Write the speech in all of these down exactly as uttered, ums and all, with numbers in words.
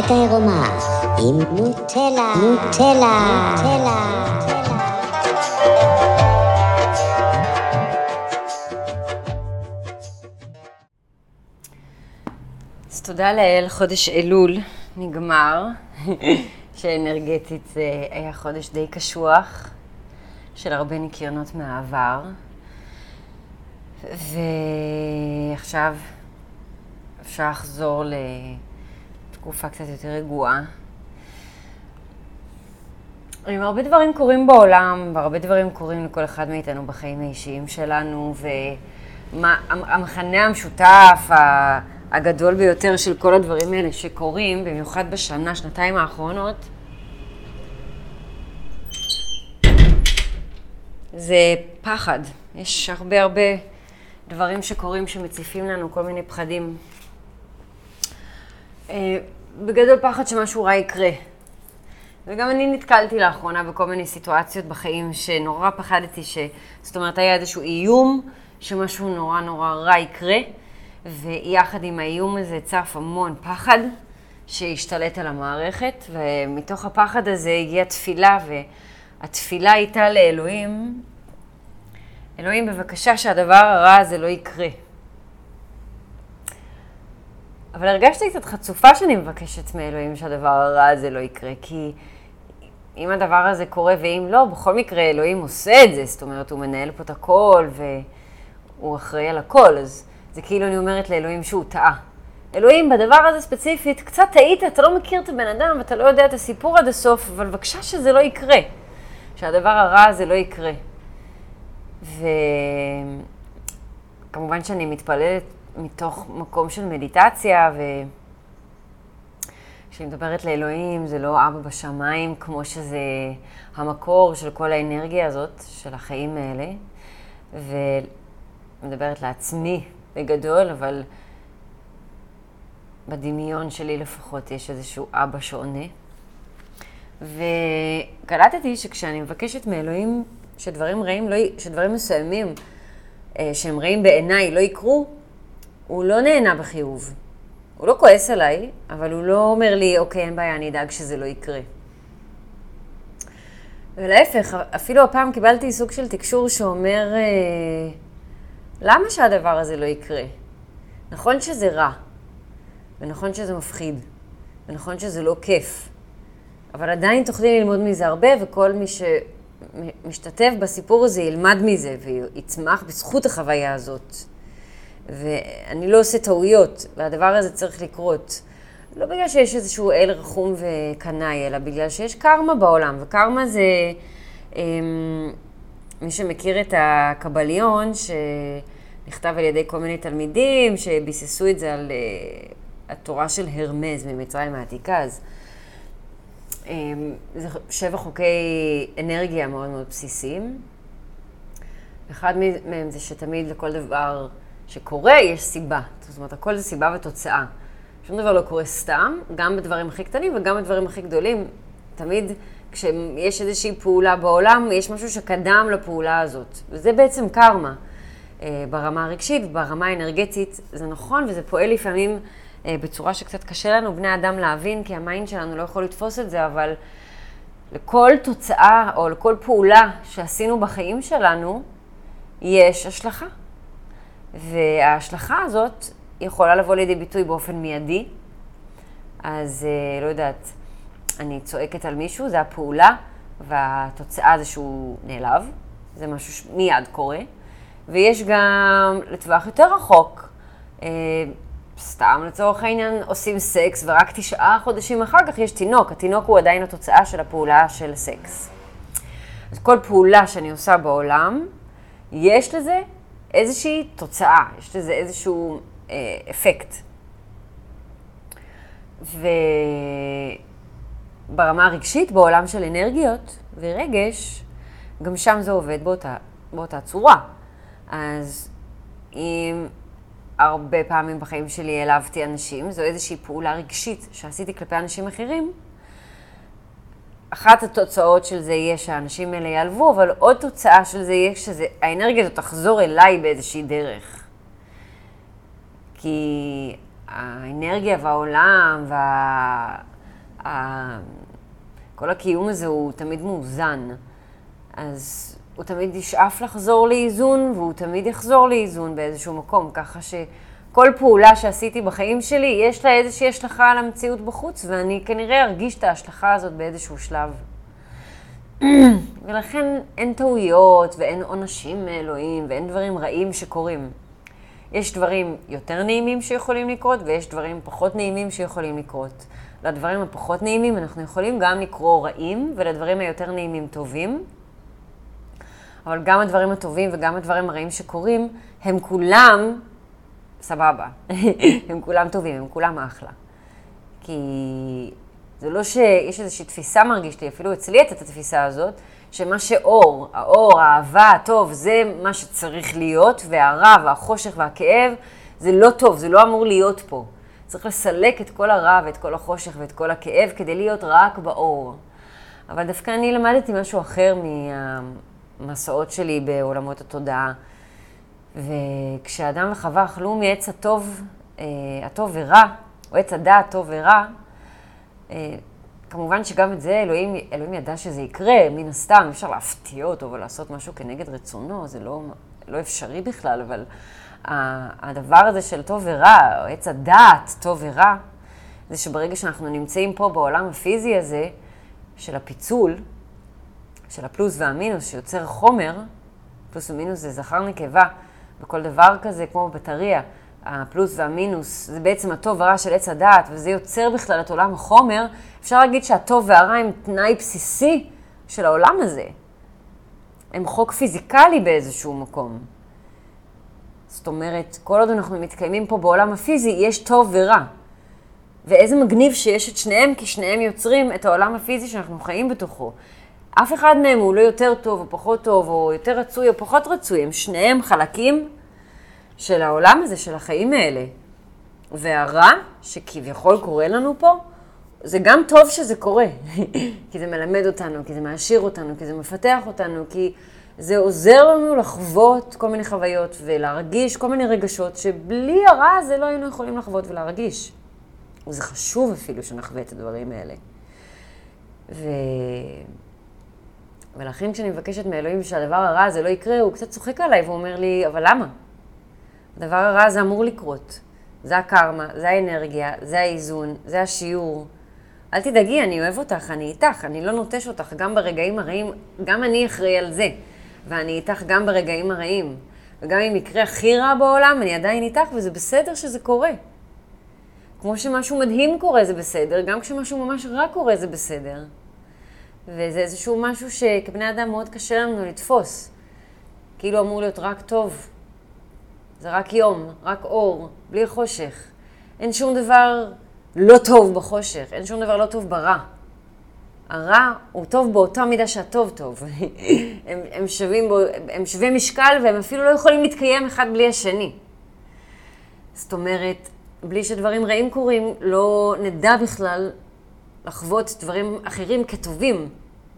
דיאטה עירומה עם נוטלה, נוטלה, נוטלה. אז תודה לאל, חודש אלול נגמר, שאנרגטית זה היה חודש די קשוח, של הרבה ניקיונות מהעבר. ועכשיו אפשר לחזור לתקופה קצת יותר רגועה. עם הרבה דברים קורים בעולם, והרבה דברים קורים לכל אחד מאיתנו בחיים האישיים שלנו, והמחנה המשותף הגדול ביותר של כל הדברים האלה שקורים, במיוחד בשנה, שנתיים האחרונות, זה פחד. יש הרבה הרבה דברים שקורים שמציפים לנו כל מיני פחדים. בגדול פחד שמשהו רע יקרה. וגם אני נתקלתי לאחרונה בכל מיני סיטואציות בחיים שנורא פחדתי ש... זאת אומרת, היה איזשהו איום שמשהו נורא נורא רע יקרה, ויחד עם האיום הזה צף המון פחד שהשתלט על המערכת, ומתוך הפחד הזה הגיעה תפילה, והתפילה הייתה לאלוהים, אלוהים בבקשה שהדבר הרע הזה לא יקרה. אבל הרגשתי קצת חצופה שאני מבקשת מאלוהים שהדבר הרע הזה לא יקרה, כי אם הדבר הזה קורה ואם לא, בכל מקרה אלוהים עושה את זה, זאת אומרת הוא מנהל פה את הכל והוא אחראי על הכל, אז זה כאילו אני אומרת לאלוהים שהוא טעה. אלוהים בדבר הזה ספציפית, קצת טעית, אתה לא מכיר את הבן אדם ואתה לא יודע את הסיפור עד הסוף, אבל בבקשה שזה לא יקרה, שהדבר הרע הזה לא יקרה. וכמובן שאני מתפללת מתוך מקום של מדיטציה, וכשאני מדברת לאלוהים זה לא אבא בשמיים, כמו שזה המקור של כל האנרגיה הזאת, של החיים האלה, ומדברת לעצמי בגדול, אבל בדמיון שלי לפחות יש איזשהו אבא שעונה. וקלטתי שכשאני מבקשת מאלוהים שדברים רעים, לא, שדברים מסוימים שהם רעים בעיניי לא יקרו, הוא לא נהנה בחיוב. הוא לא כועס עליי, אבל הוא לא אומר לי, אוקיי, אין בעיה, אני אדאג שזה לא יקרה. ולהפך, אפילו הפעם קיבלתי סוג של תקשור שאומר, למה שהדבר הזה לא יקרה? נכון שזה רע, ונכון שזה מפחיד, ונכון שזה לא כיף, אבל עדיין תוכלי ללמוד מזה הרבה, וכל מי שמשתתף בסיפור הזה ילמד מזה, ויצמח בזכות החוויה הזאת. ואני לא עושה טעויות, והדבר הזה צריך לקרות. לא בגלל שיש איזשהו אל רחום וקנאי, אלא בגלל שיש קרמה בעולם, וקרמה זה, מי שמכיר את הקבליון, שנכתב על ידי כל מיני תלמידים, שביססו את זה על התורה של הרמז ממצרים העתיקה, אז זה שבע חוקי אנרגיה מאוד מאוד בסיסיים. אחד מהם זה שתמיד לכל דבר שקורה יש סיבה. זאת אומרת, הכל זה סיבה ותוצאה. שום דבר לא קורה סתם, גם בדברים הכי קטנים וגם בדברים הכי גדולים. תמיד כשיש איזושהי פעולה בעולם, יש משהו שקדם לפעולה הזאת. וזה בעצם קרמה. ברמה הרגשית וברמה האנרגטית זה נכון, וזה פועל לפעמים בצורה שקצת קשה לנו, בני אדם להבין, כי המיינד שלנו לא יכול לתפוס את זה, אבל לכל תוצאה או לכל פעולה שעשינו בחיים שלנו, יש השלכה. וההשלכה הזאת יכולה לבוא לידי ביטוי באופן מיידי. אז לא יודעת, אני צועקת על מישהו, זה הפעולה, והתוצאה זה שהוא נעלב, זה משהו שמיד קורה. ויש גם לטווח יותר רחוק, סתם לצורך העניין עושים סקס, ורק תשעה חודשים אחר כך יש תינוק. התינוק הוא עדיין התוצאה של הפעולה של סקס. אז כל פעולה שאני עושה בעולם, יש לזה איזושהי תוצאה, יש לזה איזשהו אה, אפקט. וברמה הרגשית, בעולם של אנרגיות ורגש, גם שם זה עובד באותה, באותה צורה. אז אם הרבה פעמים בחיים שלי העלבתי אנשים, זו איזושהי פעולה רגשית שעשיתי כלפי אנשים אחרים, אחת התוצאות של זה יהיה שהאנשים האלה יעלבו, אבל עוד תוצאה של זה יהיה שהאנרגיה הזאת תחזור אליי באיזושהי דרך. כי האנרגיה והעולם וה... ה... כל הקיום הזה הוא תמיד מאוזן. אז הוא תמיד ישאף לחזור לאיזון, והוא תמיד יחזור לאיזון באיזשהו מקום, ככה שכל פעולה שעשיתי בחיים שלי, יש לה איזושהי השלכה על המציאות בחוץ, ואני כנראה ארגיש את ההשלכה הזאת באיזשהו שלב. ולכן אין טעויות ואין עונשים מאלוהים ואין דברים רעים שקורים. יש דברים יותר נעימים שיכולים לקרות ויש דברים פחות נעימים שיכולים לקרות. לדברים הפחות נעימים אנחנו יכולים גם לקרוא רעים ולדברים היותר נעימים טובים. אבל גם הדברים הטובים וגם הדברים הרעים שקורים הם כולם סבבה. הם כולם טובים, הם כולם אחלה. כי זה לא שיש איזושהי תפיסה מרגיש לי, אפילו אצלי את התפיסה הזאת, שמה שאור, האור, האהבה, הטוב, זה מה שצריך להיות, והרע והחושך והכאב, זה לא טוב, זה לא אמור להיות פה. צריך לסלק את כל הרע ואת כל החושך ואת כל הכאב כדי להיות רק באור. אבל דווקא אני למדתי משהו אחר מהמסעות שלי בעולמות התודעה. וכשאדם וחווה אכלו מעץ הטוב, הטוב ורע, או עץ הדעת טוב ורע, כמובן שגם את זה אלוהים, אלוהים ידע שזה יקרה, מן הסתם, אפשר להפתיע אותו ולעשות משהו כנגד רצונו, זה לא, לא אפשרי בכלל, אבל הדבר הזה של טוב ורע, או עץ הדעת טוב ורע, זה שברגע שאנחנו נמצאים פה בעולם הפיזי הזה, של הפיצול, של הפלוס והמינוס שיוצר חומר, פלוס ומינוס זה זכר נקבה, בכל דבר כזה כמו בטריה, הפלוס והמינוס זה בעצם הטוב והרע של עץ הדעת, וזה יוצר בכלל את עולם החומר, אפשר להגיד שהטוב והרע הם תנאי בסיסי של העולם הזה. הם חוק פיזיקלי באיזשהו מקום. זאת אומרת, כל עוד אנחנו מתקיימים פה בעולם הפיזי, יש טוב ורע. ואיזה מגניב שיש את שניהם, כי שניהם יוצרים את העולם הפיזי שאנחנו חיים בתוכו. אף אחד מהם הוא לא יותר טוב או פחות טוב, או יותר רצוי או פחות רצוי. הם שניהם חלקים של העולם הזה, של החיים האלה. והרע, שכביכול קורה לנו פה, זה גם טוב שזה קורה. כי זה מלמד אותנו, כי זה מעשיר אותנו, כי זה מפתח אותנו, כי זה עוזר לנו לחוות כל מיני חוויות ולהרגיש כל מיני רגשות שבלי הרע הזה לא היינו יכולים לחוות ולהרגיש. וזה חשוב אפילו שנחווה את הדברים האלה. ו... ולכן כשאני מבקשת מאלוהים שהדבר הרע הזה לא יקרה, הוא קצת צוחק עליי ואומר לי, אבל למה? הדבר הרע הזה אמור לקרות. זה הקרמה, זה האנרגיה, זה האיזון, זה השיעור. אל תדאגי, אני אוהב אותך, אני איתך, אני לא נוטש אותך גם ברגעים הרעים, גם אני אחראי על זה. ואני איתך גם ברגעים הרעים. וגם אם יקרה הכי רע בעולם, אני עדיין איתך, וזה בסדר שזה קורה. כמו שמשהו מדהים קורה זה בסדר, גם כשמשהו ממש רע קורה זה בסדר. וזה איזשהו משהו שכבני אדם מאוד קשה לנו לתפוס. כאילו אמור להיות רק טוב. זה רק יום, רק אור, בלי חושך. אין שום דבר לא טוב בחושך, אין שום דבר לא טוב ברע. הרע הוא טוב באותה מידה שהטוב טוב. הם, הם, שווים בו, הם שווים משקל והם אפילו לא יכולים להתקיים אחד בלי השני. זאת אומרת, בלי שדברים רעים קורים, לא נדע בכלל לחוות דברים אחרים כטובים.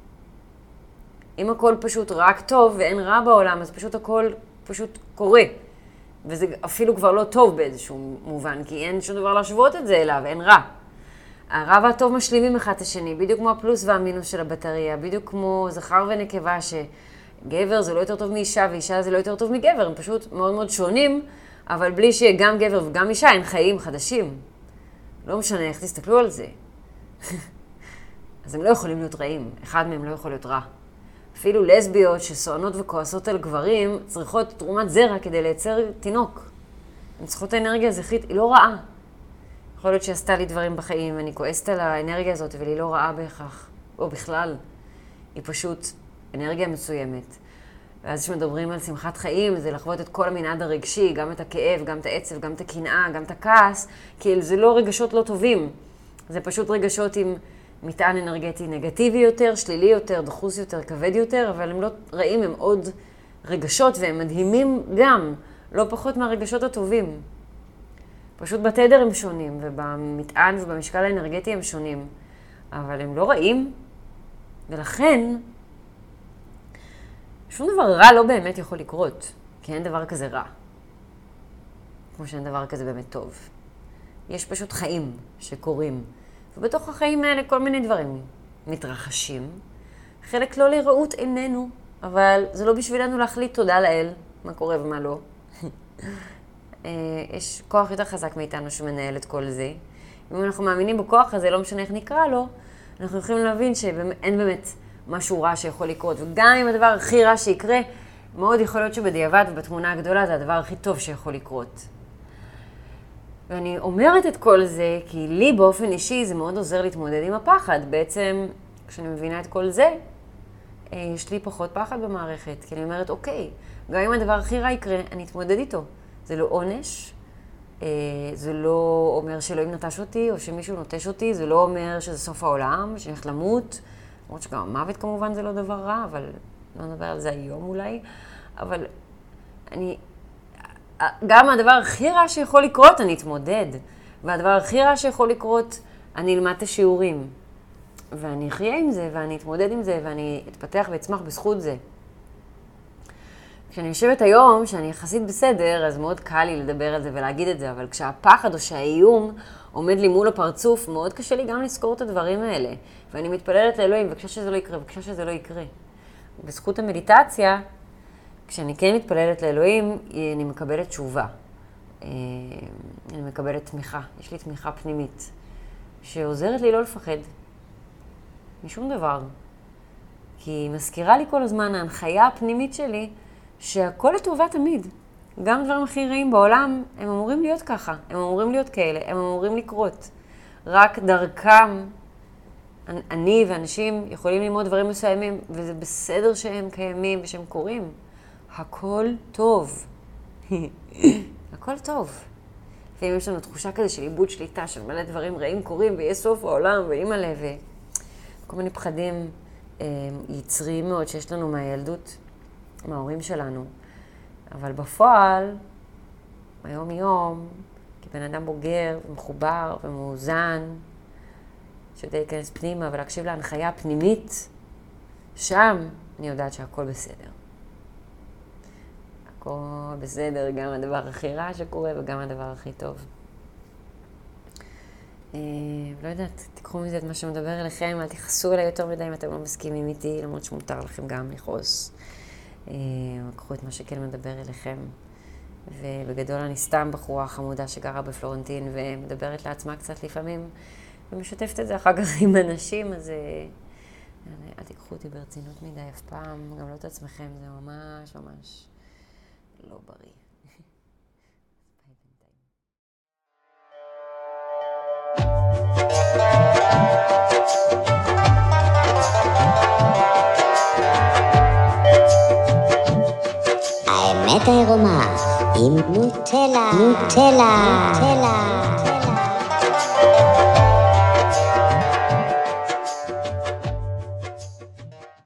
אם הכל פשוט רק טוב ואין רע בעולם, אז פשוט הכל פשוט קורה. וזה אפילו כבר לא טוב באיזשהו מובן, כי אין שום דבר להשוות את זה אליו, אין רע. הרע והטוב משלימים אחד את השני, בדיוק כמו הפלוס והמינוס של הבטריה, בדיוק כמו זכר ונקבה, שגבר זה לא יותר טוב מאישה ואישה זה לא יותר טוב מגבר, הם פשוט מאוד מאוד שונים, אבל בלי שיהיה גם גבר וגם אישה, אין חיים חדשים. לא משנה איך תסתכלו על זה. אז הם לא יכולים להיות רעים, אחד מהם לא יכול להיות רע. אפילו לסביות שסוענות וכועסות על גברים צריכות תרומת זרע כדי לייצר תינוק. הן צריכות האנרגיה הזכרית, היא לא רעה. יכול להיות שעשתה לי דברים בחיים ואני כועסת על האנרגיה הזאת אבל היא לא רעה בהכרח. או בכלל, היא פשוט אנרגיה מסוימת. ואז כשמדברים על שמחת חיים, זה לחוות את כל המנעד הרגשי, גם את הכאב, גם את העצב, גם את הקנאה, גם את הכעס, כי זה לא רגשות לא טובים. זה פשוט רגשות עם מטען אנרגטי נגטיבי יותר, שלילי יותר, דחוס יותר, כבד יותר, אבל הם לא רעים, הם עוד רגשות והם מדהימים גם, לא פחות מהרגשות הטובים. פשוט בתדר הם שונים, ובמטען ובמשקל האנרגטי הם שונים, אבל הם לא רעים, ולכן שום דבר רע לא באמת יכול לקרות, כי אין דבר כזה רע, כמו שאין דבר כזה באמת טוב. יש פשוט חיים שקורים, ובתוך החיים האלה כל מיני דברים מתרחשים. חלק לא לראות עינינו, אבל זה לא בשבילנו להחליט תודה לאל, מה קורה ומה לא. יש כוח יותר חזק מאיתנו שמנהל את כל זה. אם אנחנו מאמינים בכוח הזה, לא משנה איך נקרא לו, אנחנו יכולים להבין שאין באמת משהו רע שיכול לקרות. וגם אם הדבר הכי רע שיקרה, מאוד יכול להיות שבדיעבד ובתמונה הגדולה זה הדבר הכי טוב שיכול לקרות. ואני אומרת את כל זה כי לי באופן אישי זה מאוד עוזר להתמודד עם הפחד. בעצם כשאני מבינה את כל זה, יש לי פחות פחד במערכת. כי אני אומרת, אוקיי, גם אם הדבר הכי רע יקרה, אני אתמודד איתו. זה לא עונש, זה לא אומר שאלוהים נטש אותי או שמישהו נוטש אותי, זה לא אומר שזה סוף העולם, שאני הולכת למות. למרות שגם המוות כמובן זה לא דבר רע, אבל לא נדבר על זה היום אולי. אבל אני, גם הדבר הכי רע שיכול לקרות, אני אתמודד. והדבר הכי רע שיכול לקרות, אני אלמד את השיעורים. ואני אחיה עם זה, ואני אתמודד עם זה, ואני אתפתח ואצמח בזכות זה. כשאני יושבת היום, שאני יחסית בסדר, אז מאוד קל לי לדבר על זה ולהגיד את זה, אבל כשהפחד או שהאיום עומד לי מול הפרצוף, מאוד קשה לי גם לזכור את הדברים האלה. ואני מתפללת לאלוהים, ובקשה שזה לא יקרה, ובקשה שזה לא יקרה. בזכות המדיטציה, כשאני כן מתפללת לאלוהים, אני מקבלת תשובה. אני מקבלת תמיכה. יש לי תמיכה פנימית, שעוזרת לי לא לפחד משום דבר. כי היא מזכירה לי כל הזמן, ההנחיה הפנימית שלי, שהכל לטובה תמיד. גם דברים הכי רעים בעולם, הם אמורים להיות ככה. הם אמורים להיות כאלה, הם אמורים לקרות. רק דרכם, אני ואנשים יכולים ללמוד דברים מסוימים, וזה בסדר שהם קיימים ושהם קורים. הכל טוב. הכל טוב. לפעמים יש לנו תחושה כזה של איבוד שליטה, של מלא דברים רעים קורים, ויהיה סוף העולם, ואימא לב, וכל מיני פחדים אה, יצריים מאוד שיש לנו מהילדות, מההורים שלנו. אבל בפועל, היום יום, כבן אדם בוגר ומחובר ומאוזן, שיודע להיכנס פנימה ולהקשיב להנחיה הפנימית, שם אני יודעת שהכל בסדר. הכל בסדר, גם הדבר הכי רע שקורה וגם הדבר הכי טוב. אה, לא יודעת, תיקחו מזה את מה שמדבר אליכם, אל תכעסו אליי יותר מדי אם אתם לא מסכימים איתי, למרות שמותר לכם גם לכעוס. אה, קחו את מה שכן מדבר אליכם. ובגדול אני סתם בחורה חמודה שגרה בפלורנטין ומדברת לעצמה קצת לפעמים, ומשתפת את זה אחר כך עם אנשים, אז אל תיקחו אותי ברצינות מדי אף פעם, גם לא את עצמכם, זה ממש ממש לא בריא. האמת העירומה עם נוטלה, נוטלה, נוטלה.